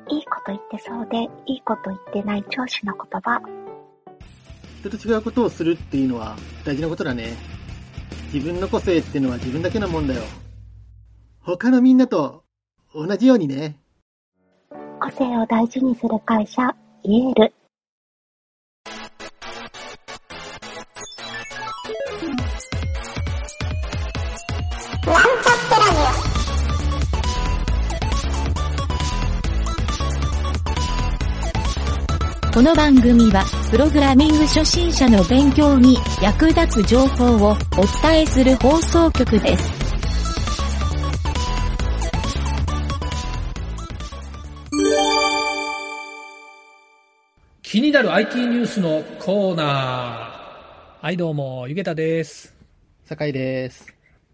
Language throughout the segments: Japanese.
いいこと言ってそうで、いいこと言ってない上司の言葉。 人と違うことをするっていうのは大事なことだね。自分の個性ってのは自分だけのもんだよ。他のみんなと同じようにね。 個性を大事にする会社、イエール。 この番組は、プログラミング初心者の勉強に役立つ情報をお伝えする放送局です。 気になる IT ニュースのコーナー。はい、どうも、ゆげたです。 酒井です。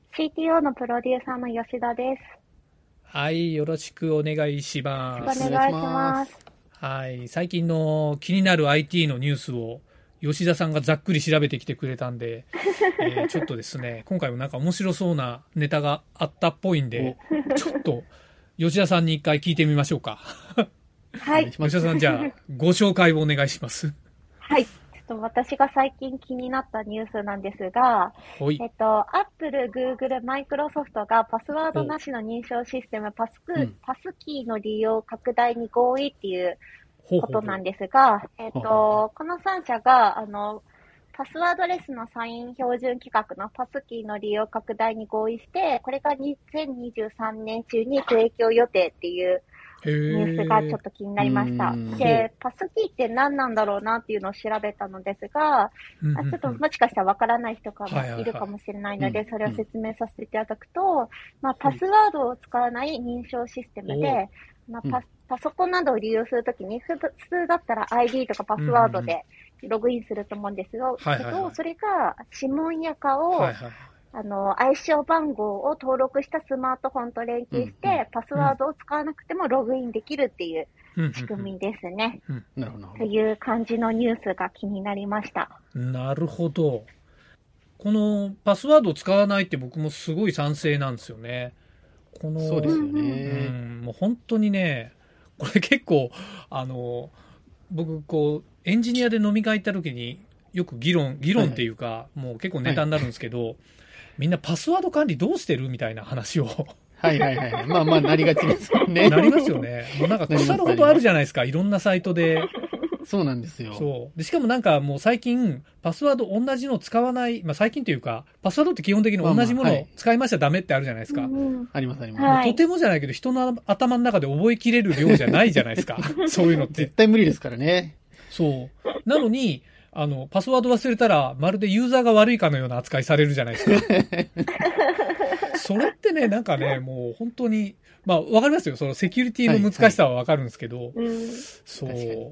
CTO のプロデューサーの吉田です。 はい、よろしくお願いします。 お願いします。 はい、最近の気になる IT のニュースを吉田さんがざっくり調べてきてくれたんで、ちょっとですね、今回もなんか面白そうなネタがあったっぽいんで、ちょっと吉田さんに一回聞いてみましょうか。 はい。 吉田さん、じゃあご紹介をお願いします。 はい。私が最近気になったニュースなんですが、Apple、Google、Microsoft がパスワードなしの認証システムパスキーの利用拡大に合意っていうことなんですが、この3社が、パスワードレスのサイン標準規格のパスキーの利用拡大に合意して、これが2023年中に提供予定っていうニュースがちょっと気になりました。で、パスキーって何なんだろうなっていうのを調べたのですが、ちょっともしかしたらわからない人がいるかもしれないので、それを説明させていただくと、パスワードを使わない認証システムで、パソコンなどを利用するときに、普通だったら ID とかパスワードでログインすると思うんですけど、それが指紋や顔、暗証番号を登録したスマートフォンと連携して、パスワードを使わなくてもログインできるっていう仕組みですね。という感じのニュースが気になりました。 なるほど。このパスワードを使わないって僕もすごい賛成なんですよね。 そうですよね。 もう本当にね、これ結構、僕エンジニアで飲み会行った時によく議論っていうか、もう結構ネタになるんですけど、みんなパスワード管理どうしてるみたいな話を。 はい。まあなりがちですよね。 なりますよね。もうなんか腐るほどあるじゃないですか。いろんなサイトで。 そうなんですよ。 そう。で、しかもなんかもう最近、パスワード同じの使わない、最近というか、パスワードって基本的に同じものを使いましちゃダメってあるじゃないですか。 あります。 とてもじゃないけど、人の頭の中で覚えきれる量じゃないじゃないですか。そういうのって。 絶対無理ですからね。 そう。なのに、パスワード忘れたら、まるでユーザーが悪いかのような扱いされるじゃないですか。それってね、なんかね、もう本当に、わかりますよ。そのセキュリティの難しさはわかるんですけど、そう。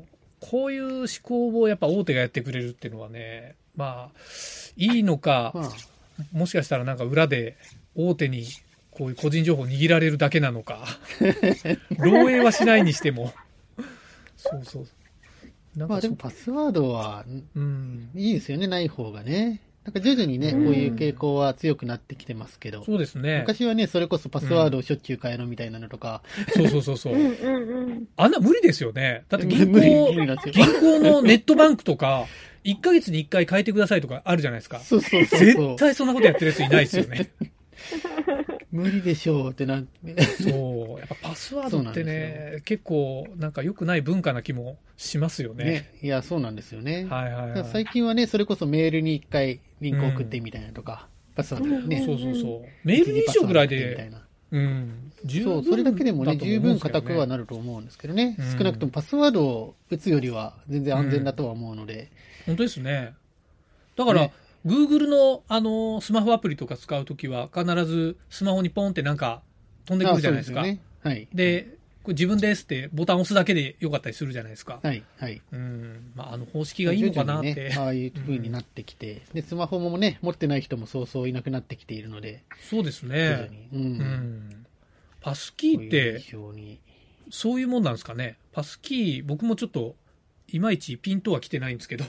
こういう思考をやっぱ大手がやってくれるっていうのはね、いいのか、もしかしたらなんか裏で大手にこういう個人情報を握られるだけなのか、漏洩はしないにしても。そう。 でもパスワードは、いいですよね、ない方がね。なんか徐々にね、こういう傾向は強くなってきてますけど。 そうですね。 昔はね、それこそパスワードをしょっちゅう変えろみたいなのとか。 そう。あんな無理ですよね。だって銀行のネットバンクとか、1ヶ月に1回変えてくださいとかあるじゃないですか。 そう。 絶対そんなことやってるやついないですよね。 無理でしょうってなって。 そう。やっぱパスワードってね、結構なんか良くない文化な気もしますよね。 いや、そうなんですよね。 はい。 最近はね、それこそメールに一回リンク送ってみたいなとか、パスワードね。 そう。メール認証ぐらいで、 そう、それだけでもね、十分固くはなると思うんですけどね。少なくともパスワードを打つよりは全然安全だとは思うので。 本当ですね。だから、Google のスマホアプリとか使うときは必ずスマホにポンってなんか飛んでくるじゃないですか。で、これ自分ですってボタン押すだけでよかったりするじゃないですか。方式がいいのかなって。 ああいう風になってきて、で、スマホもね、持ってない人もそういなくなってきているので。 そうですね。パスキーって、そういうもんなんですかね。パスキー、僕もちょっと、いまいちピンとは来てないんですけど。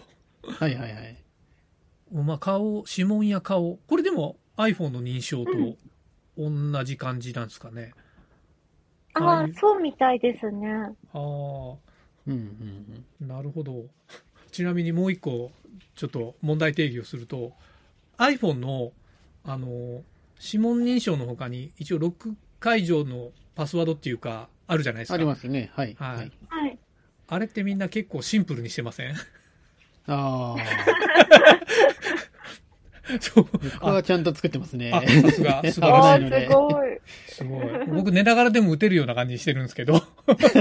顔、指紋や顔。これでも iPhone の認証と同じ感じなんですかね。 ああ、そうみたいですね。 ああ、 うんうんなるほど。ちなみにもう一個、ちょっと問題定義をすると、iPhone の、指紋認証の他に、一応ロック解除のパスワードっていうか、あるじゃないですか。 ありますね。はい。 はい。 はい。 あれってみんな結構シンプルにしてません？ ああ。 そう。 僕はちゃんと作ってますね。 あ、さすが、素晴らしい。 すごい。 すごい。僕寝ながらでも打てるような感じにしてるんですけど。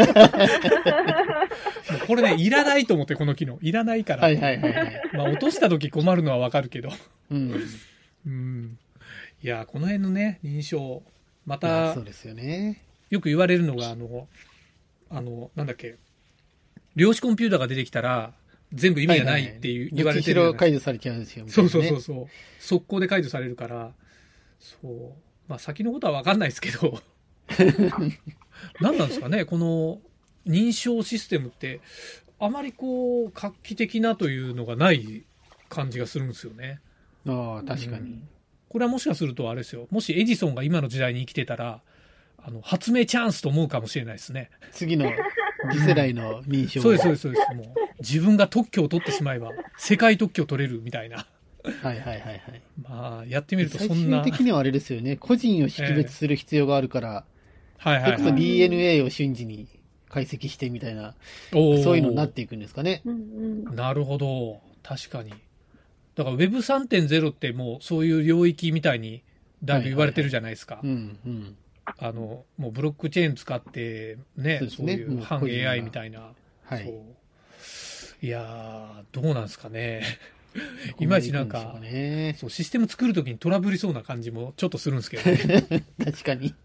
これね、いらないと思って、この機能。いらないから。 はいはいはいはい。 まあ、落とした時困るのはわかるけど。 うん。 うん。いや、この辺のね、認証、また、 そうですよね。 よく言われるのが、なんだっけ、量子コンピューターが出てきたら、全部意味がないっていう、言われてる。 解除されちゃうんですよ。 そうそうそうそう。速攻で解除されるから、そう。まあ、先のことはわかんないですけど。何なんですかね、この認証システムって、あまりこう、画期的なというのがない感じがするんですよね。 ああ、確かに、 これはもしかするとあれですよ。もしエジソンが今の時代に生きてたら、発明チャンスと思うかもしれないですね。 次の次世代の認証。 そうです、そうです、そうです。もう、自分が特許を取ってしまえば、世界特許を取れるみたいな。 はいはいはいはい。 まあ、やってみるとそんな。 最終的にはあれですよね。個人を識別する必要があるから、 はいはいはい。 それこそ DNA を瞬時に解析してみたいな、そういうのになっていくんですかね。 なるほど。確かに。だから Web3.0 ってもうそういう領域みたいにだいぶ言われてるじゃないですか。もうブロックチェーン使ってね、そういう反 AI みたいな。 はい。 いやー、どうなんですかね。いまいちなんか、そうシステム作るときにトラブりそうな感じもちょっとするんですけどね。 確かに。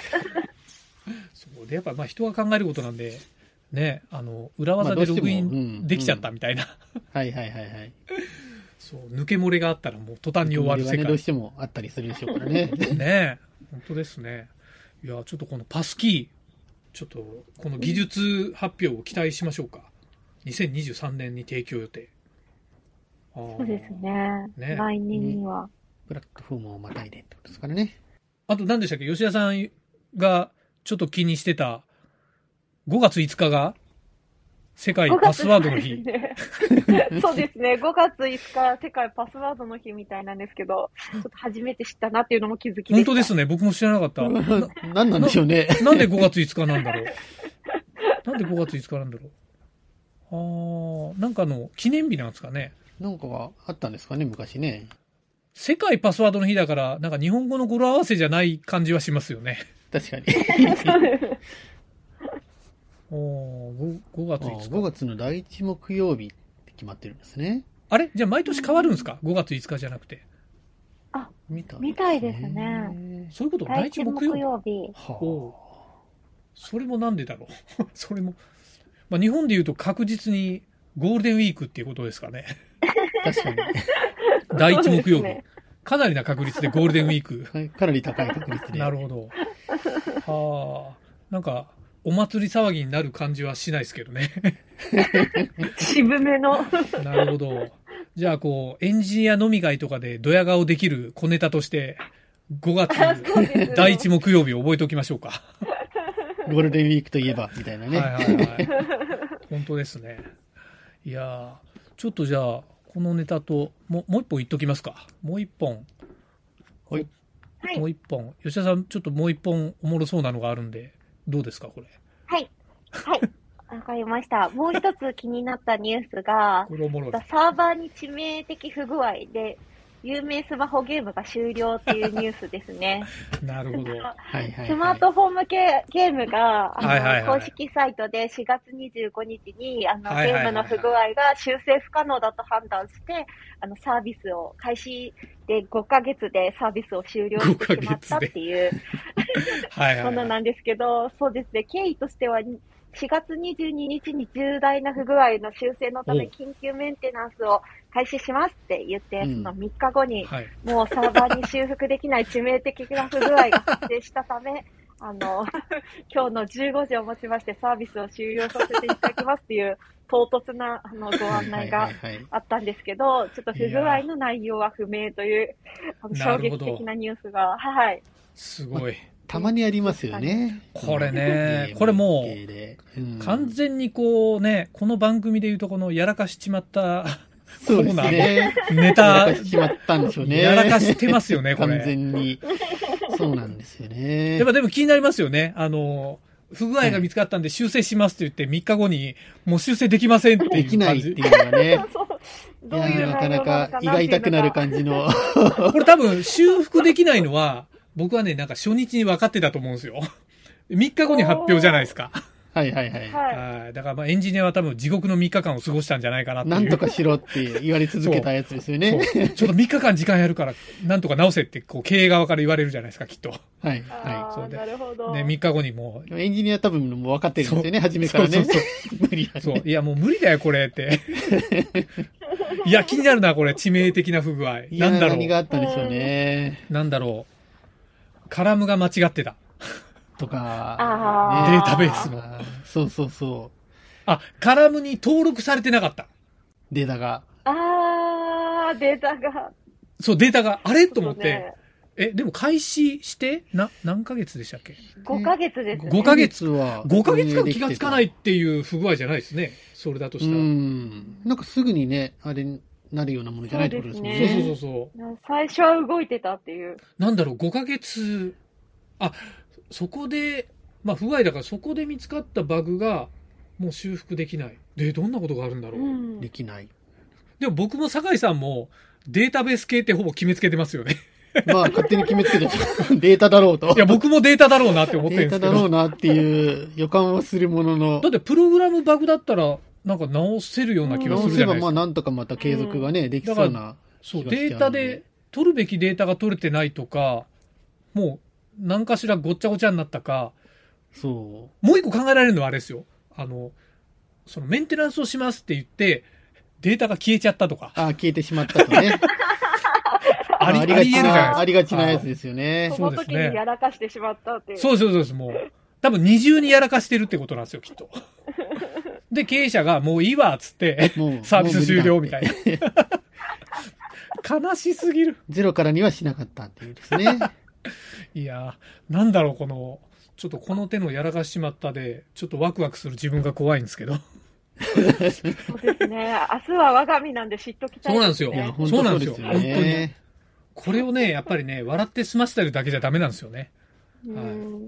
そうで、やっぱまあ人が考えることなんで、ね、裏技でログインできちゃったみたいな。 はいはいはいはい。 そう、抜け漏れがあったらもう途端に終わる世界。 どうしてもあったりするでしょうからね。 ねえ、本当ですね。いや、ちょっとこのパスキー、ちょっとこの技術発表を期待しましょうか。2023年に提供予定。 そうですね。来年には。 プラットフォームをまたいでってことですからね。 あと何でしたっけ、吉田さんがちょっと気にしてた5月5日が世界パスワードの日。 そうですね。5月5日世界パスワードの日みたいなんですけど、ちょっと初めて知ったなっていうのも気づきでした。 本当ですね。僕も知らなかった。 何なんでしょうね。 なんで5月5日なんだろう。なんで5月5日なんだろう。なんかの記念日なんですかね。 なんかがあったんですかね、昔ね。 世界パスワードの日だから、なんか日本語の語呂合わせじゃない感じはしますよね。 確かに。 5月5日。 5月の第1木曜日って決まってるんですね。 あれじゃあ毎年変わるんですか？ 5 月5日じゃなくて。 あ、みたいですね。 そういうこと？ 第1木曜日。 それもなんでだろう。それも、まあ、日本で言うと確実にゴールデンウィークっていうことですかね。 確かに。 第1木曜日。かなりな確率でゴールデンウィーク。 かなり高い確率で。 なるほど。はあ。なんか、お祭り騒ぎになる感じはしないですけどね。 渋めの。 なるほど。じゃあ、こう、エンジニア飲み会とかでドヤ顔できる小ネタとして、5月第1木曜日を覚えておきましょうか。 ゴールデンウィークといえば、みたいなね。 はいはいはい。本当ですね。いやー、ちょっとじゃあ、このネタと、もう一本言っときますか。もう一本。 はい。 もう一本。吉田さん、ちょっともう一本おもろそうなのがあるんで、どうですか、これ。 はい。はい。わかりました。もう一つ気になったニュースが、サーバーに致命的不具合で、有名スマホゲームが終了っていうニュースですね。 なるほど。 スマートフォン向けゲームが、公式サイトで4月25日に、ゲームの不具合が修正不可能だと判断して、サービスを開始で5ヶ月でサービスを終了してしまったっていうものなんですけど、そうですね、経緯としては、4月22日に重大な不具合の修正のため緊急メンテナンスを開始しますって言って、その3日後にもうサーバーに修復できない致命的な不具合が発生したため、今日の15時をもちましてサービスを終了させていただきますっていう唐突なご案内があったんですけど、ちょっと不具合の内容は不明という衝撃的なニュースが、はい。 すごい。 たまにありますよね。 これね、これもう、完全にこうね、この番組で言うとこのやらかしちまった、 そうですね。 ネタ、 やらかしちまったんでしょうね。 やらかしてますよね、これ。 完全に。そうなんですよね。 でも気になりますよね。不具合が見つかったんで修正しますって言って3日後にもう修正できませんっていう感じ。 できないっていうのがね。いやなかなか胃が痛くなる感じの。 これ多分修復できないのは、僕はね、なんか初日に分かってたと思うんですよ。3日後に発表じゃないですか。 はいはいはい。 だからまあエンジニアは多分地獄の3日間を過ごしたんじゃないかなっていう。 なんとかしろって言われ続けたやつですよね。 そうちょっと3日間時間やるから、なんとか直せってこう経営側から言われるじゃないですか、きっと。 はいはい。 そうで。 なるほど。 ね、3日後にもう。エンジニア多分もう分かってるんですよね、初めからね。 そう無理だね。 そう。いやもう無理だよ、これって。いや、気になるな、これ、致命的な不具合。なんだろう。 何があったんでしょうね。 なんだろう。カラムが間違ってた。 とか、 データベースの。 そう。 カラムに登録されてなかった。 データが。 データが。 そう、データが。あれと思って。でも開始して、何ヶ月でしたっけ ?5 ヶ月ですね。 5ヶ月は。 5ヶ月間気がつかないっていう不具合じゃないですね。それだとしたら。 なんかすぐにね、あれになるようなものじゃないってことですもんね。 そう。 最初は動いてたっていう。 なんだろう、5ヶ月、そこで、まあ不具合だからそこで見つかったバグがもう修復できない。で、どんなことがあるんだろう。 できない。 でも僕も酒井さんもデータベース系ってほぼ決めつけてますよね。 まあ勝手に決めつけてデータだろうと。 いや、僕もデータだろうなって思ってるんですけど。 データだろうなっていう予感はするものの。 だってプログラムバグだったらなんか直せるような気がするじゃないですか。 直せばまあなんとかまた継続がね、できそうな。 そう、データで取るべきデータが取れてないとか、もう何かしらごっちゃごちゃになったか、 そう。 もう一個考えられるのはあれですよ。そのメンテナンスをしますって言って、データが消えちゃったとか。 消えてしまったとね。ありがちなやつですよね。 その時にやらかしてしまったっていう。 そうです。もう、多分二重にやらかしてるってことなんですよ、きっと。で、経営者がもういいわ、っつって、サービス終了みたいな。悲しすぎる。 ゼロからにはしなかったっていうですね。 いやー、なんだろう、ちょっとこの手のやらかしちまったで、ちょっとワクワクする自分が怖いんですけど。 そうですね。明日は我が身なんで知っときたいですね。 そうなんですよ。本当に。これをね、やっぱりね、笑って済ませてるだけじゃダメなんですよね。はい。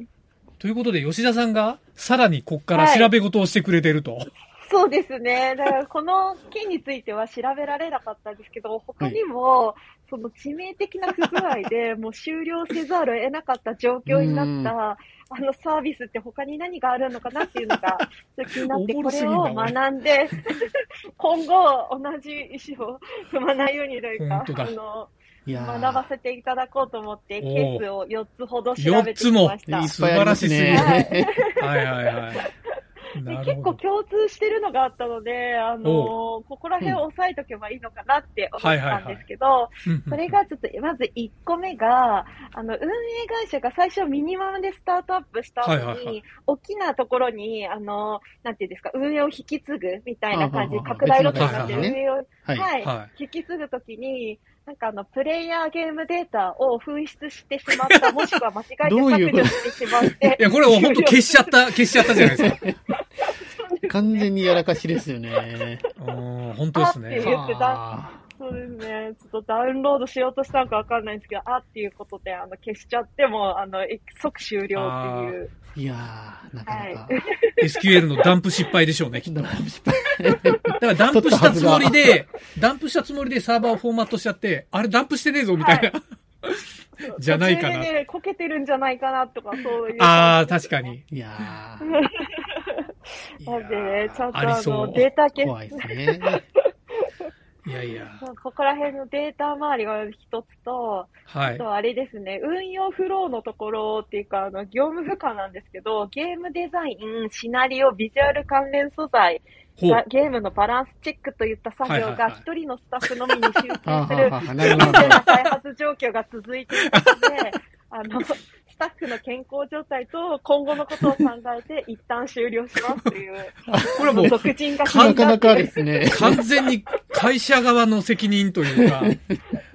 ということで、吉田さんがさらにこっから調べ事をしてくれてると。 そうですね。だからこの件については調べられなかったんですけど、他にも、その致命的な不具合でもう終了せざるを得なかった状況になったサービスって他に何があるのかなっていうのが気になって、これを学んで、今後同じ意思を踏まないようにというか、学ばせていただこうと思って、ケースを4つほど調べてきました。 4つも素晴らしすぎる。はい。 結構共通してるのがあったので、ここら辺を押さえとけばいいのかなって思ったんですけど、それがちょっと、まず1個目が、運営会社が最初ミニマムでスタートアップした後に、大きなところに、なんていうんですか、運営を引き継ぐみたいな感じ、拡大路線になって運営を、引き継ぐときに、なんかプレイヤーゲームデータを紛失してしまった、もしくは間違えて削除してしまって。 いや、これ本当消しちゃったじゃないですか。 完全にやらかしですよね。 本当ですね。 って言ってた。そうですね。ちょっとダウンロードしようとしたのかわかんないんですけど、っていうことで、消しちゃっても、即終了っていう。 いやー、なかなか。 SQL のダンプ失敗でしょうね、きっと。だからダンプしたつもりでサーバーをフォーマットしちゃって、あれダンプしてねえぞ、みたいな。じゃないかな。 それでね、こけてるんじゃないかな、とか、そういう。 確かに。 いやー。 なんでね、ちゃんとデータ消怖いですね。 いやいや。 ここら辺のデータ周りが一つと、あとあれですね、運用フローのところっていうか、業務負荷なんですけど、ゲームデザイン、シナリオ、ビジュアル関連素材、ゲームのバランスチェックといった作業が一人のスタッフのみに集中する、不安定な開発状況が続いているので、スタッフの健康状態と今後のことを考えて一旦終了しますという。 これはもう、 なかなかですね。 完全に会社側の責任というか、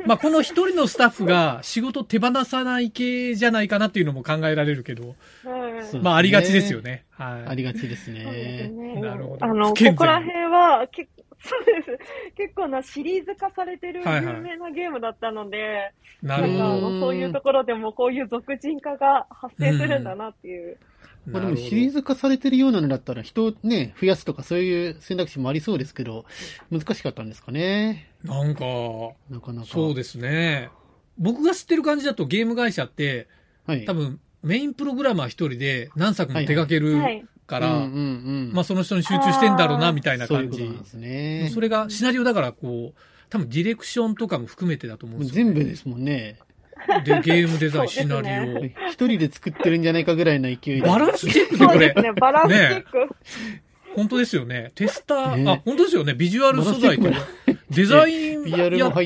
まあこの一人のスタッフが仕事手放さない系じゃないかなっていうのも考えられるけど、まあありがちですよね。はい。 ありがちですね。 なるほど。 ここら辺はそうです。結構なシリーズ化されてる有名なゲームだったので、 なるほど。 そういうところでもこういう俗人化が発生するんだなっていう。 まあでもシリーズ化されてるようなのだったら人をね、増やすとかそういう選択肢もありそうですけど、難しかったんですかね。 なんか、 なかなか。 そうですね。僕が知ってる感じだとゲーム会社って、 はい、 多分メインプログラマー一人で何作も手掛けるから、まあその人に集中してんだろうなみたいな感じ。 そういうことなんですね。 それがシナリオだからこう、多分ディレクションとかも含めてだと思うんですよ、ね。 全部ですもんね。 で、ゲームデザイン、シナリオ。 一人で作ってるんじゃないかぐらいの勢いで。 バランスチェックでこれ。 そうですね、バランスチェック。 ね、本当ですよね。テスター、本当ですよね。ビジュアル素材とデザインやって、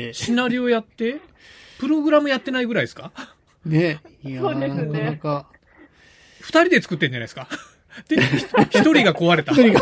シナリオやって、プログラムやってないぐらいですかね。いやー、 そうですね。 なかなか。 二人で作ってんじゃないですか。で、一人が壊れた。 一人が。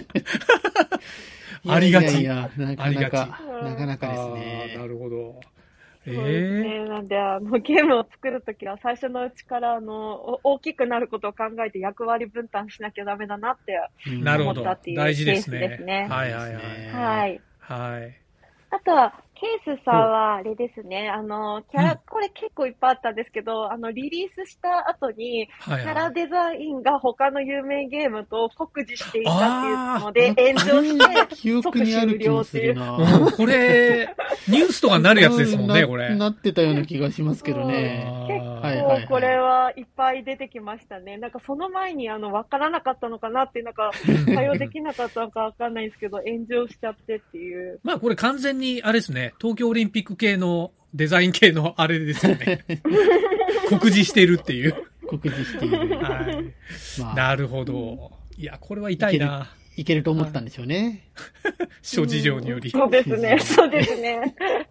ありがち。 いやなかなか、なかなかですね。 なるほど。 なんで、ゲームを作るときは最初のうちから、大きくなることを考えて役割分担しなきゃダメだなって思ったっていうケースですね。 はいはいはい。 はい。 はい。 あとは、ケースさんはあれですね、キャラ、これ結構いっぱいあったんですけど、リリースした後に、キャラデザインが他の有名ゲームと酷似していたっていうので、炎上して、即終了っていう。 これ、ニュースとかになるやつですもんね、これ。 なってたような気がしますけどね。 結構これはいっぱい出てきましたね。なんかその前にわからなかったのかなっていう、なんか対応できなかったのかわかんないんですけど、炎上しちゃってっていう。 まあこれ完全にあれですね、東京オリンピック系のデザイン系のあれですよね。酷似してるっていう。 酷似している。 はい。まあ、なるほど。いや、これは痛いな。 いけると思ったんでしょうね。 諸事情により。 そうですね。そうですね。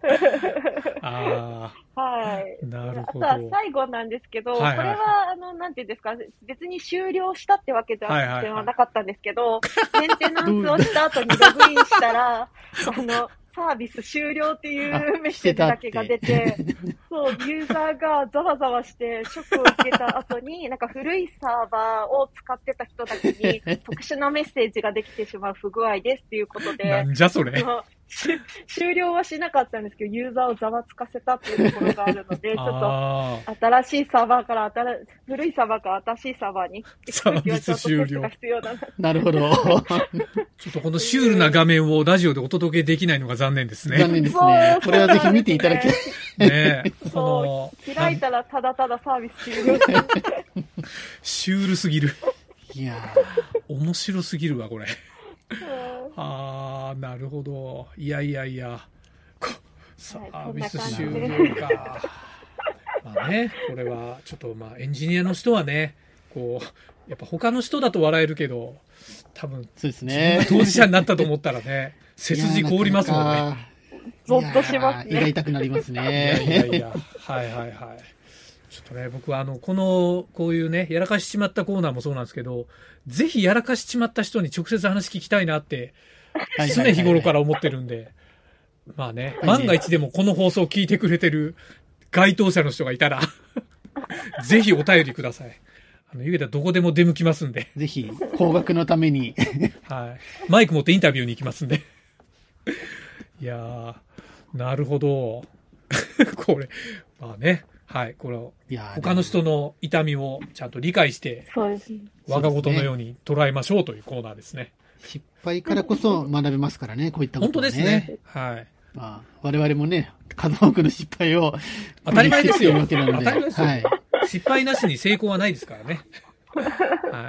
ああ。 はい。 なるほど。 あとは最後なんですけど、これは、なんていうんですか、別に終了したってわけではなかったんですけど、メンテナンスをした後にログインしたら、サービス終了っていうメッセージだけが出て、そう、ユーザーがざわざわしてショックを受けた後に、なんか古いサーバーを使ってた人だけに特殊なメッセージができてしまう不具合ですっていうことで、 なんじゃそれ。 終了はしなかったんですけど、ユーザーをざわつかせたっていうところがあるので、ちょっと新しいサーバーから古いサーバーから新しいサーバーにサービス終了。 なるほど。 ちょっとこのシュールな画面をラジオでお届けできないのが残念ですね。 残念ですね。これはぜひ見ていただきたい。 ね開いたらただただサービス終了。 シュールすぎる。 いや面白すぎるわ、これ。ああ、なるほど。いや。サービス終了か。まあね、これは、ちょっとまあ、エンジニアの人はね、こう、やっぱ他の人だと笑えるけど、多分、 そうですね。 自分が当事者になったと思ったらね、背筋凍りますもんね。 ゾッとしますね。 胃が痛くなりますね。 いや。はい。ちょっとね、僕はこういうね、やらかしちまったコーナーもそうなんですけど、ぜひやらかしちまった人に直接話聞きたいなって、常日頃から思ってるんで、まあね、万が一でもこの放送を聞いてくれてる該当者の人がいたら、ぜひお便りください。ゆげたどこでも出向きますんで。 ぜひ、高額のために。 はい。マイク持ってインタビューに行きますんで。いやー、なるほど。これ、まあね。はい。これを、他の人の痛みをちゃんと理解して、我が事のように捉えましょうというコーナーですね。 失敗からこそ学べますからね、こういったことはね。 本当ですね。はい。 まあ、我々もね、数多くの失敗を当たり前ですよ。 当たり前ですよ。はい。失敗なしに成功はないですからね。はい。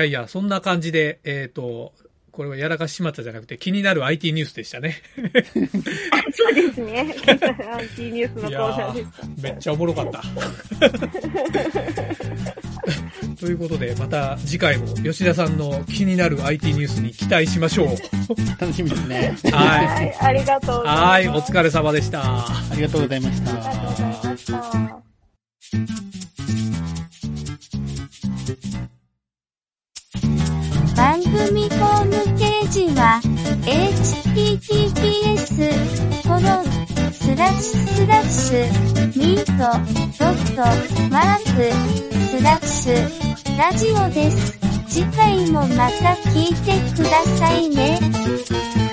いや、そんな感じで、これはやらかしちまったじゃなくて気になる IT ニュースでしたね。 そうですね。IT ニュースのコーナーでした。 めっちゃおもろかった。ということで、また次回も吉田さんの気になる IT ニュースに期待しましょう。 楽しみですね。 はい。ありがとうございます。 はい。お疲れ様でした。 ありがとうございました。 ありがとうございました。 番組ホームページは https:// ラジオです。次回もまた聞いてくださいね。